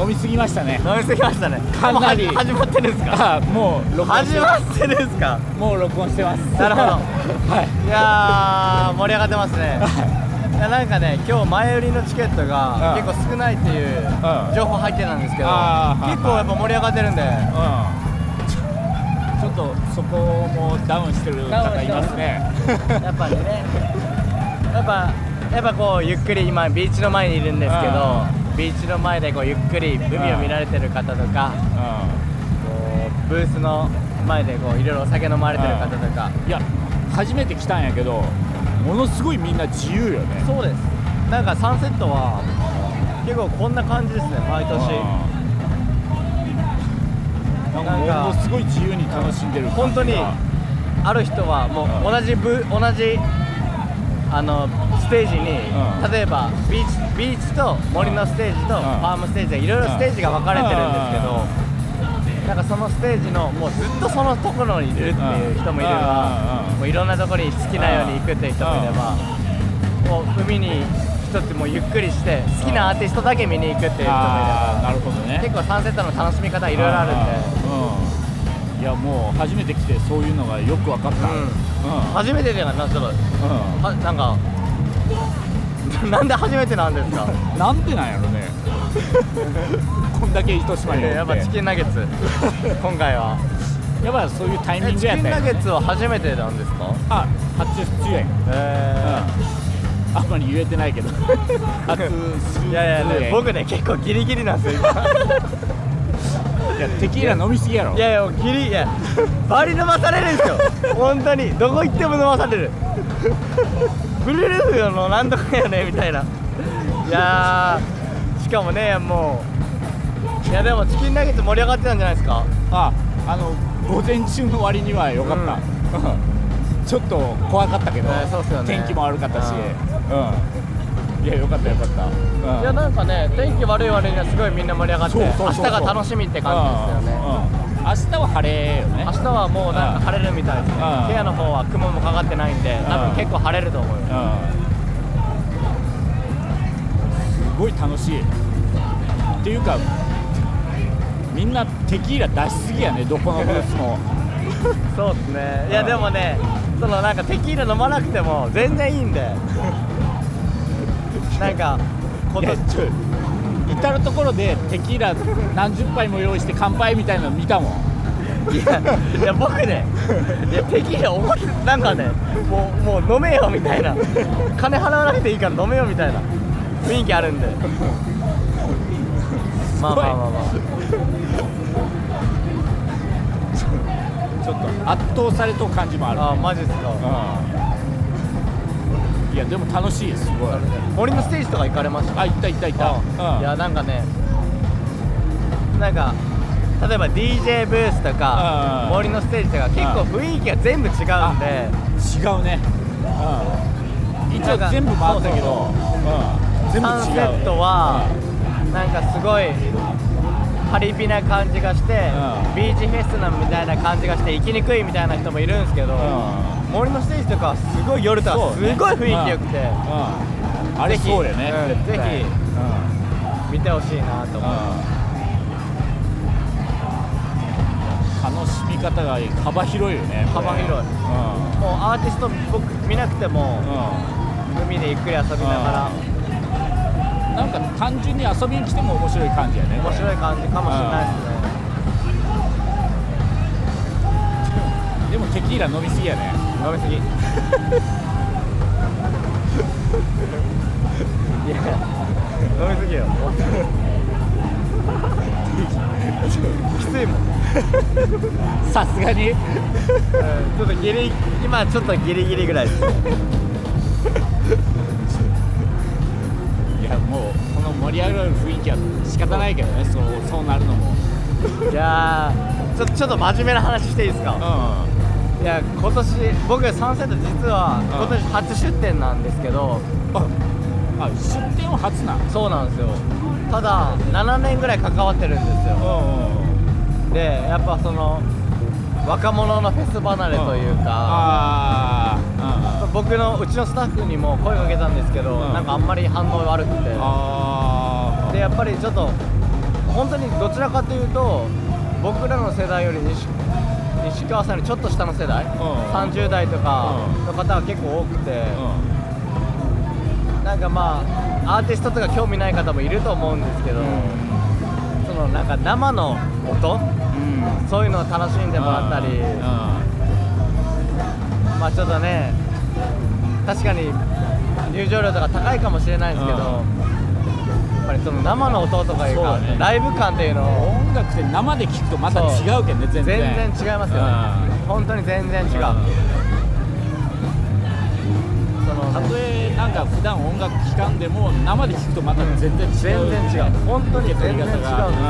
飲みすぎましたね。 飲みすぎましたね。 かなりもう始まってるんですか？ もう録音してま始まってるんですか？ もう録音してます。 なるほど。 はい。 いやー盛り上がってますね。いやなんかね、今日前売りのチケットが結構少ないっていう情報入ってたんですけど、結構やっぱ盛り上がってるんで、 ちょっとそこもダウンしてる方いますね。 やっぱりね、やっぱこうゆっくり今ビーチの前にいるんですけど、ビーチの前でこうゆっくり海を見られてる方とか、こうブースの前でこういろいろお酒飲まれてる方とか、 いや初めて来たんやけど、ものすごいみんな自由よね。 そうです。なんかサンセットは結構こんな感じですね、毎年。 なんかものすごい自由に楽しんでる。 本当にある人はもう同じステージに、例えばビーチと森のステージとファームステージでいろいろステージが分かれてるんですけど、なんかそのステージのもうずっとそのところにいるっていう人もいれば、もういろんなところに好きなように行くっていう人もいれば、もう海に一つもうゆっくりして好きなアーティストだけ見に行くっていう人もいれば、 なるほどね。 結構サンセットの楽しみ方いろいろあるんで、 いやもう初めて来てそういうのがよく分かった。 初めてではな、ちょっとなんかなんで初めてなんですか？ なんでなんやろね。こんだけ糸島におって。 やっぱチキンナゲッツ今回はやっぱそういうタイミングやったよね。 チキンナゲッツは初めてなんですか？ 初出演。あんまり言えてないけど。初出演。 いやね、僕ね結構ギリギリなんですよ。 いやテキーラ飲みすぎやろ。 いやバリ飲まされるんですよ。本当にどこ行っても飲まされる。ブルーレフのなんとかやねみたいな。いやしかもね、もういやでもチキンナゲット盛り上がってたんじゃないですか？ 午前中の割には良かった。ちょっと怖かったけど、 そうっすよね、 天気も悪かったし、いや良かった。 いやなんかね、天気悪い割にはすごいみんな盛り上がって、明日が楽しみって感じですよね。 明日は晴れよね。 明日はもうなんか晴れるみたいですね。部屋の方は雲もかかってないんで、多分結構晴れると思うよ。 すごい楽しいっていうか、みんなテキーラ出しすぎやね、どこのブースも。 そうですね。いやでもね、そのなんかテキーラ飲まなくても全然いいんで。なんか至る所でテキーラ何十杯も用意して乾杯みたいなの見たもん。 いや僕ね、テキーラなんかね、もう飲めよみたいな、金払わなくていいから飲めよみたいな雰囲気あるんで。まあちょっと圧倒されと感じもある、ね。 マジですか？ いやでも楽しい、すごい。 森のステージとか行かれました？ 行った。いやなんかね、なんか例えば DJ ブースとか森のステージとか結構雰囲気が全部違うんで。 違うね。一応全部回ったけど、全部違う。 サンセットはなんかすごいパリピな感じがして、ビーチフェスなみたいな感じがして行きにくいみたいな人もいるんですけど、森のステージとかはすごい夜とかすごい雰囲気良くて、 あれそうよね。 ぜひ見てほしいなと思う。 楽しみ方が幅広いよね。 幅広い。もうアーティスト僕見なくても海でゆっくり遊びながら。 なんか単純に遊びに来ても面白い感じやね。 面白い感じかもしれないですね。 でもテキーラ飲みすぎやね。 飲みすぎ。いや飲みすぎよ。きついもん。 さすがに。 ちょっと今ちょっとギリギリぐらいです。 いやもうこの盛り上がる雰囲気は仕方ないけどね、そうなるのも。 いやちょっと真面目な話していいですか？いや今年僕サンセット実は今年初出店なんですけど。 出店は初な。 そうなんですよ。ただ7年ぐらい関わってるんですよ。でやっぱその若者のフェス離れというか、うちのスタッフにも声かけたんですけど、なんかあんまり反応悪くて、でやっぱりちょっと本当にどちらかというと僕らの世代より西川さんよりちょっと下の世代、30代とかの方が結構多くて、なんかまあアーティストとか興味ない方もいると思うんですけど、そのなんか生の音、そういうのを楽しんでもらったり、まあちょっとね確かに入場料とか高いかもしれないですけど、やっぱりその生の音とかいうか、ライブ感っていうのを音楽って生で聴くとまた違うけんね、全然違いますよね、本当に全然違う。 たとえなんか普段音楽聴かんでも生で聴くとまた全然違う、 本当に全然違うんですよ。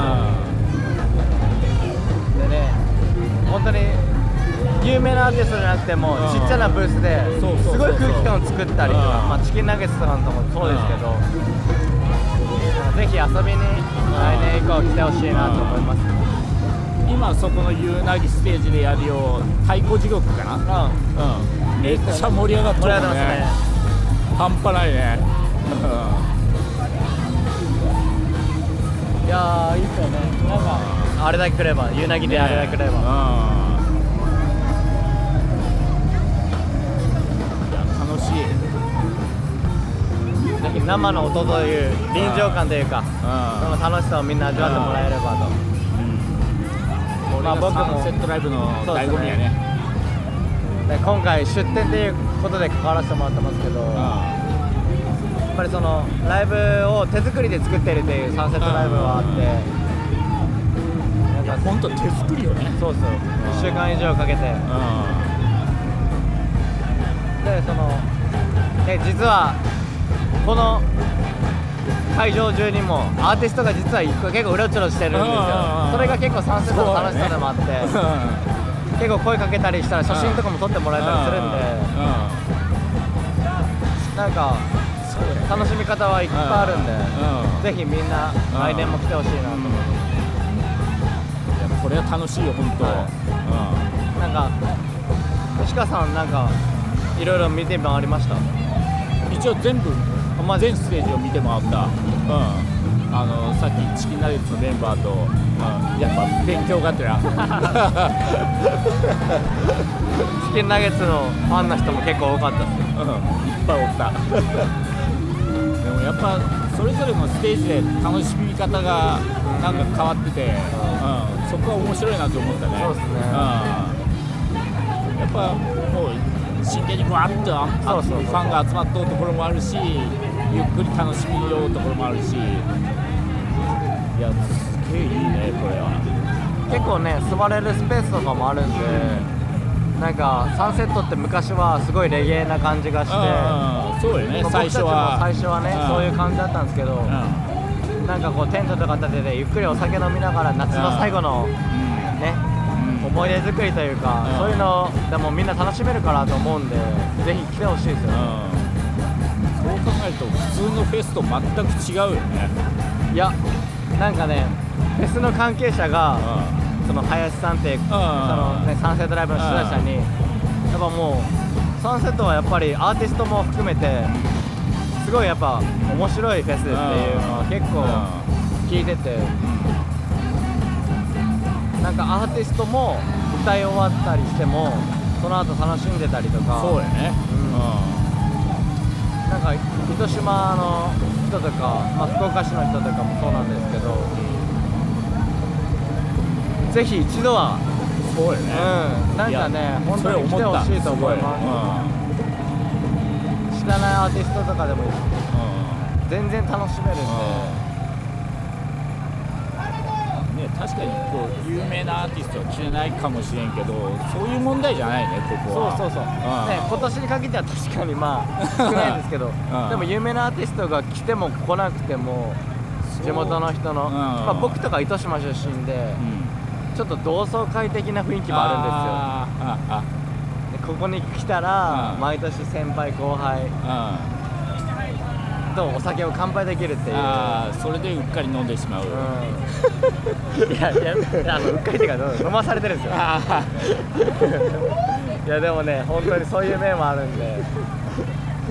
でね、本当に有名なアーティストじゃなくてもちっちゃなブースですごい空気感を作ったりとか、まあチキンナゲッツとかのとこもそうですけど、ぜひ遊びに来年以降来てほしいなと思います。 今そこのゆうなぎステージでやるよ太鼓地獄かな、めっちゃ盛り上がってますね。半端ないね。 いやーいいっすよね。なんかあれだけ来れば、ゆうなぎであれだけ来れば、 楽しい。 ぜひ生の音という臨場感というか、その楽しさをみんな味わってもらえればと。 まあ僕もサンセットライブの醍醐味やね。 で今回出店ということで関わらせてもらってますけど、やっぱりそのライブを手作りで作ってるっていうサンセットライブがあって、 なんか本当手作りよね。 そう1週間以上かけて、でその実はこの会場中にもアーティストが実は結構うろちょろしてるんですよ。それが結構サンセットの楽しさでもあって、結構声かけたりしたら写真とかも撮ってもらえたりするんで、なんか楽しみ方はいっぱいあるんで、ぜひみんな来年も来てほしいなと思います。 これは楽しいよ本当。 なんか吉川さんなんかいろいろ見て回りました？ 一応全ステージを見て回った。さっきチキンナゲッツのメンバーと、やっぱ勉強がてらチキンナゲッツのファンの人も結構多かったですよ。 いっぱいおった。でもやっぱそれぞれのステージで楽しみ方がなんか変わってて、そこは面白いなと思ったね。 そうですね。 やっぱもう真剣にわーっとファンが集まっとるところもあるし、ゆっくり楽しみようところもあるし、いやすげえいいねこれは。 結構ね座れるスペースとかもあるんで、なんかサンセットって昔はすごいレゲエな感じがして、 そうよね、最初はねそういう感じだったんですけど、なんかこうテントとか立ててゆっくりお酒飲みながら夏の最後のね思い出作りというか、そういうのでもみんな楽しめるかなと思うんで、ぜひ来てほしいですよね。 そう考えると普通のフェスと全く違うよね。 いやなんかねフェスの関係者が、その林さんってその、ね、サンセットライブの出題者に、やっぱもうサンセットはやっぱりアーティストも含めてすごいやっぱ面白いフェスっていうのは結構聞いてて、なんかアーティストも歌い終わったりしてもその後楽しんでたりとか、 そうやね、 なんか糸島の人とか、福岡市の人とかもそうなんですけど、ぜひ一度はそうやね、 なんかね本当に来てほしいと思います。知らないアーティストとかでもいい、全然楽しめるんで、 確かにこう有名なアーティストは知らないかもしれんけど、そういう問題じゃないねここは。 そう、ね、今年に限っては確かに少ないんですけど、でも有名なアーティストが来ても来なくても地元の人の、僕とか糸島出身で、ちょっと同窓会的な雰囲気もあるんですよ。でここに来たら、毎年先輩後輩とお酒を乾杯できるっていう。 それでうっかり飲んでしまう。 いやうっかりっていうか飲まされてるんですよ。いやでもね本当にそういう面もあるんで、ね、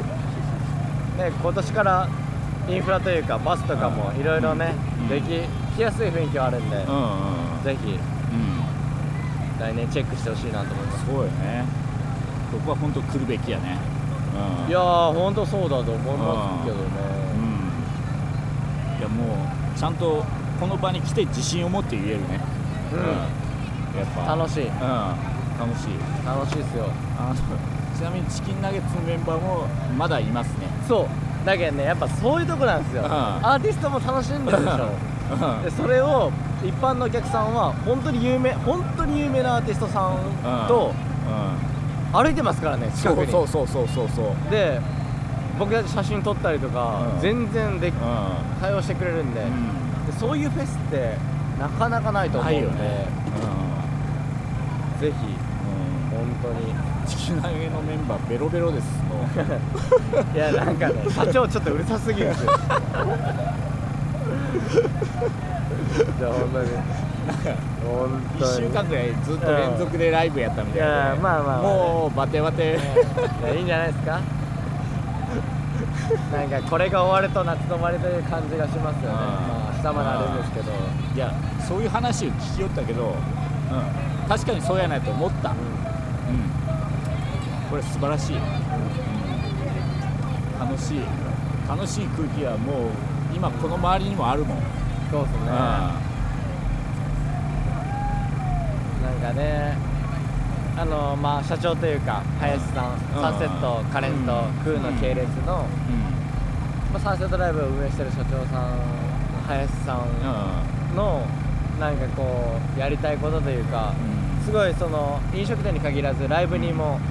今年からインフラというかバスとかもいろいろね、 来やすい雰囲気はあるんで、 うんうんぜひうん来年チェックしてほしいなと思います。 そうよね。ここは本当来るべきやね。うん、 いやー本当そうだと思いますけどね。 いやもうちゃんとこの場に来て自信を持って言えるね。やっぱ楽しい、 楽しい楽しいですよ。 ちなみにチキンナゲッツのメンバーもまだいますね。 そうだけどね、やっぱそういうとこなんですよ。アーティストも楽しんでるでしょ。でそれを一般のお客さんは本当に有名なアーティストさんと歩いてますからね、近くに。 そうで僕たち写真撮ったりとか、全然対応してくれるんで、でそういうフェスってなかなかないと思うんで、ぜひ、本当にチキンナゲのメンバーベロベロですもういやなんかね、社長ちょっとうるさすぎるんですよじゃあ本当に 1週間ぐらいずっと連続でライブやったみたいな、 まあもうバテバテ、 いいんじゃないですかなんかこれが終わると夏の終わりという感じがしますよね。明日まであるんですけど、 いやそういう話を聞きよったけど、確かにそうやないと思った。これ素晴らしい。楽しい空気はもう今この周りにもあるもん。 そうですね。なんかね、社長というか林さん、サンセット、カレント、クーの系列の、サンセットライブを運営してる社長さん、林さんのなんかこうやりたいことというか、すごいその飲食店に限らずライブにも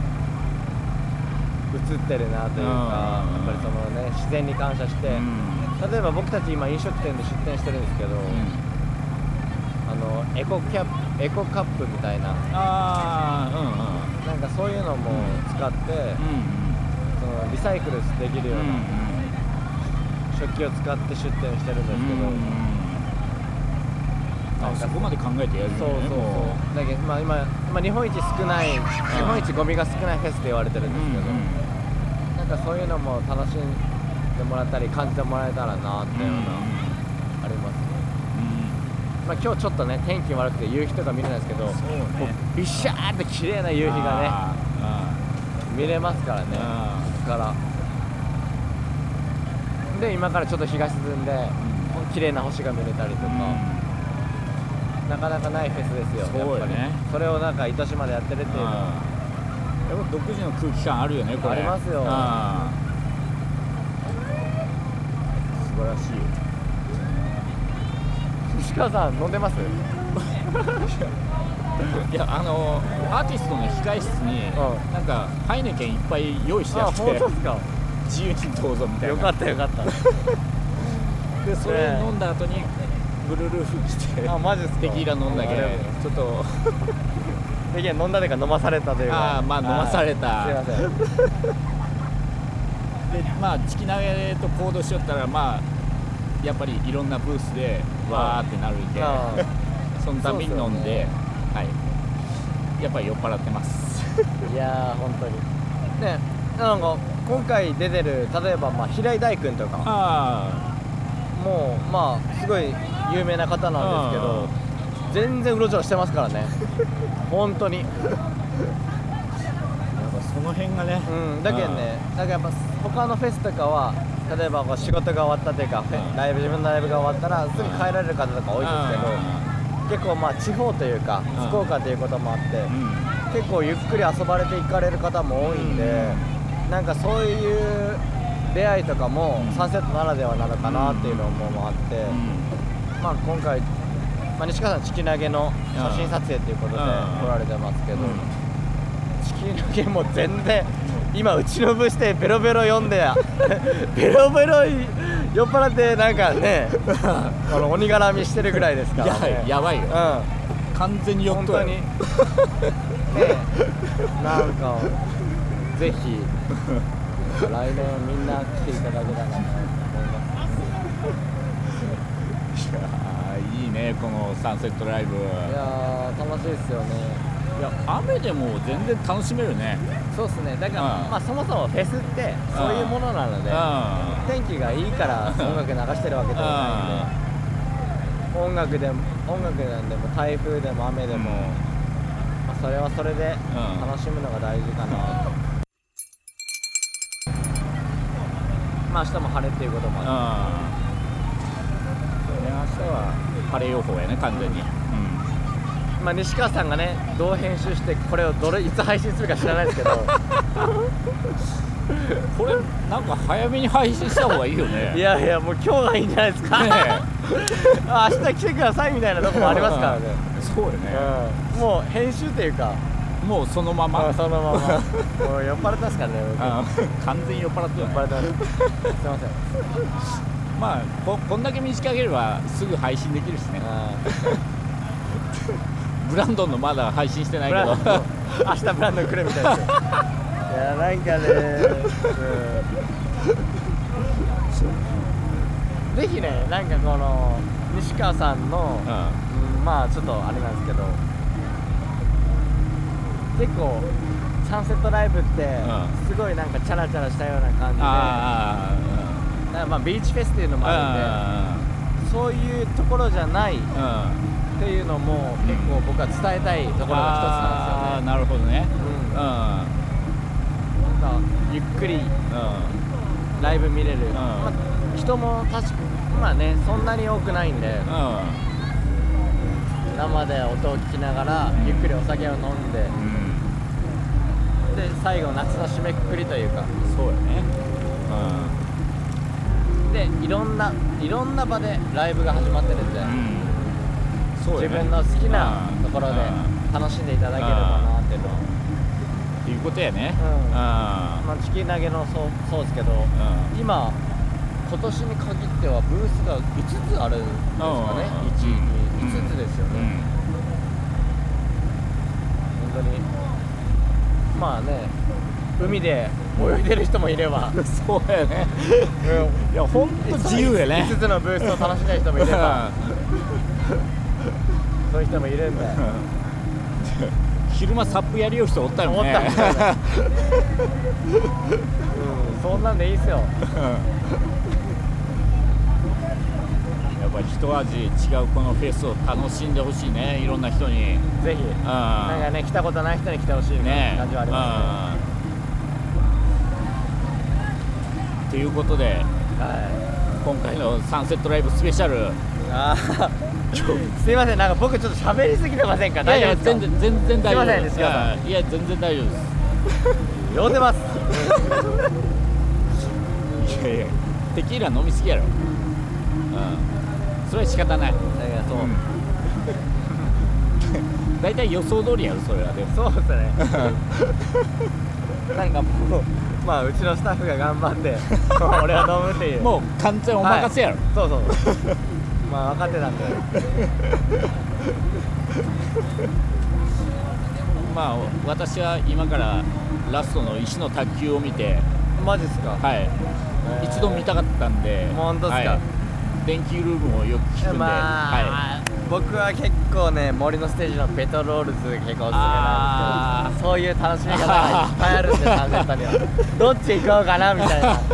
映ってるなというか、やっぱりそのね、自然に感謝して、例えば僕たち今飲食店で出店してるんですけど、エコカップみたいな、なんかそういうのも使って、そのリサイクルできるような食器を使って出店してるんですけど、 そこまで考えてやるよね。 そうだけど、今日本一少ない、日本一ゴミが少ないフェスって言われてるんですけど、なんかそういうのも楽しんでもらったり感じてもらえたらなっていうのがありますね。今日ちょっとね天気悪くて夕日とか見れないですけど、もうビシャーって綺麗な夕日がね見れますからね、ここからで今からちょっと日が沈んで、綺麗な星が見れたりとか、なかなかないフェスですよ。やっぱりそれをなんか糸島でやってるっていうのはやっぱ独自の空気感あるよね。これありますよ。 素晴らしい。 西川さん飲んでます？ いやアーティストの控え室になんかハイネケンいっぱい用意してあって、 本当ですか？ 自由にどうぞみたいな。 よかったでそれ飲んだ後にブルールーフ来て、 マジですか？ テキーラ飲んだけちょっとテキーラ飲んだというか飲まされたというか、 飲まされた。 すいません。 でチキナゲと行動しよったらやっぱりいろんなブースでわーってなるんで、そのために飲んで、やっぱり酔っ払ってます。 いやー本当にね、なんか今回出てる例えば平井大君とかもうすごい有名な方なんですけど、全然うろちょろしてますからね本当に。やっぱその辺がね、 だけどね、なんかやっぱ他のフェスとかは例えば仕事が終わったというか、自分のライブが終わったらすぐ帰られる方とか多いんですけど、結構地方というか福岡ということもあって、結構ゆっくり遊ばれて行かれる方も多いんで、なんかそういう出会いとかもサンセットならではなのかなっていうのもあって、今回、西川さんチキナゲの写真撮影ということで来られてますけど、チキナゲも全然今うちの部してベロベロ読んでベロベロ酔っ払ってなんかね鬼絡みしてるぐらいですからね。 やばいよ、完全に酔っとる。本当になんかぜひ来年みんな来ていただけたらなと思います。 いいねこのサンセットライブ。いや楽しいですよね。 いや雨でも全然楽しめるね。 そうですね。だからそもそもフェスってそういうものなので、天気がいいから音楽流してるわけではない音楽なんでも台風でも雨でも、まあ、それはそれで楽しむのが大事かなと、まあ明日も晴れっていうこともあそうね、明日は晴れ予報やね、完全に。 まあ西川さんがねどう編集してこれをいつ配信するか知らないですけどこれなんか早めに配信した方がいいよね。 いやいや、もう今日がいいんじゃないですか。ね明日来てくださいみたいなとこもありますからね。 そうよね、 もう編集っていうかもうそのまま、 そのままもう酔っ払ってますからね。 完全に酔っ払ってる、ね、 酔っ払ってます。すいません。 まあこんだけ短ければすぐ配信できるしね。ブランドンのまだ配信してないけど明日ブランドン来るみたいですよ。いやなんかね、ぜひね、なんかこの西川さんの、まあちょっとあれなんですけど、結構サンセットライブってすごいなんかチャラチャラしたような感じで、だからまあビーチフェスっていうのもあるんで、そういうところじゃないっていうのも結構僕は伝えたいところの一つなんですよね。 なるほどね。 なんかゆっくりライブ見れる、まあ、人もまあねそんなに多くないんで、生で音を聞きながらゆっくりお酒を飲んで、で最後夏の締めくくりというか、 そうよね。 でいろんな場でライブが始まってるんで、自分の好きなところで楽しんでいただければなっていうのっていうことやね。 まあチキン投げのそうですけど、今年に限ってはブースが5つあるんですかね。5つですよね。本当にまあね、海で泳いでる人もいればそうやね。いや本当自由やね。 5つのブースを楽しんでる人もいればそういう人もいるんで昼間サップやりよう人おったよね。 そんなんでいいっすよ。 やっぱり一味違うこのフェスを楽しんでほしいね、いろんな人に。 ぜひなんかね、来たことない人に来てほしいね感じはありますね。 ということで、今回のサンセットライブスペシャル、 すいません、なんか僕ちょっと喋りすぎてませんか？大丈夫ですか？ 全然大丈夫です。いや全然大丈夫です。 酔ってます。 いやテキーラ飲みすぎやろ。それは仕方ない。 そう大体予想通りやろ、それは。でもそうですね。なんかもうまあうちのスタッフが頑張って俺は飲むっていう、 もう完全お任せやろ。 そうまあ分かってたんでまあ私は今からラストの石の卓球を見て。 マジっすか？ はい、一度見たかったんで。 本当っすか？ 電気ルームをよく聞くんで、 僕は結構ね、森のステージのベトロールズ結構おすすめなんですけど、そういう楽しみ方がいっぱいあるんで、サンセットにはどっち行こうかなみたいなね。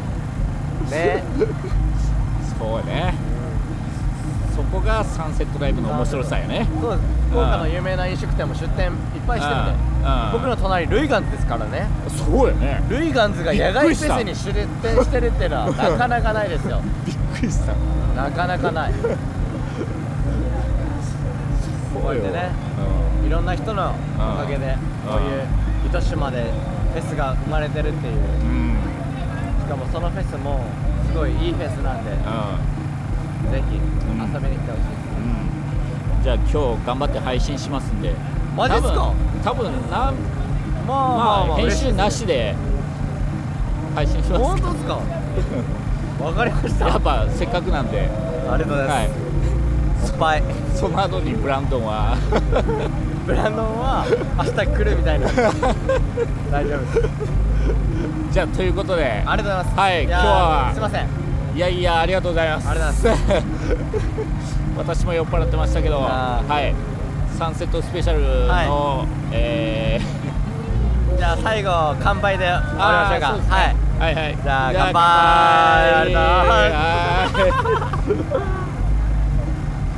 そうね、そこがサンセットライブの面白さやね。 そうです。福岡の有名な飲食店も出店いっぱいしてるんで、僕の隣ルイガンズですからね。 そうやね。 ルイガンズが野外フェスに出店してるっていうのはなかなかないですよ。 びっくりした。 なかなかない。こうやってね、いろんな人のおかげでこういう糸島でフェスが生まれてるっていう、しかもそのフェスもすごいいいフェスなんで、ぜひ遊びに来てほしいです。 じゃあ今日頑張って配信しますんで。 マジっすか？ 多分まあ編集なしで配信します。 本当ですか？わかりました。 やっぱせっかくなんで。 ありがとうございます。おっぱい。 その後にブランドンはブランドンは明日来るみたいな。大丈夫です。 じゃあということで、 ありがとうございます。 はい、今日はすいません。 いやありがとうございます。 ありがとうございます。 私も酔っ払ってましたけど、はい、サンセットスペシャルの、 じゃあ最後乾杯で終わりましょうか。 はい、 じゃあ乾杯。ありがとうございます。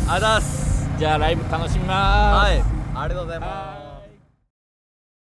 ありがとうございます。 じゃあライブ楽しみます。 はい、ありがとうございます。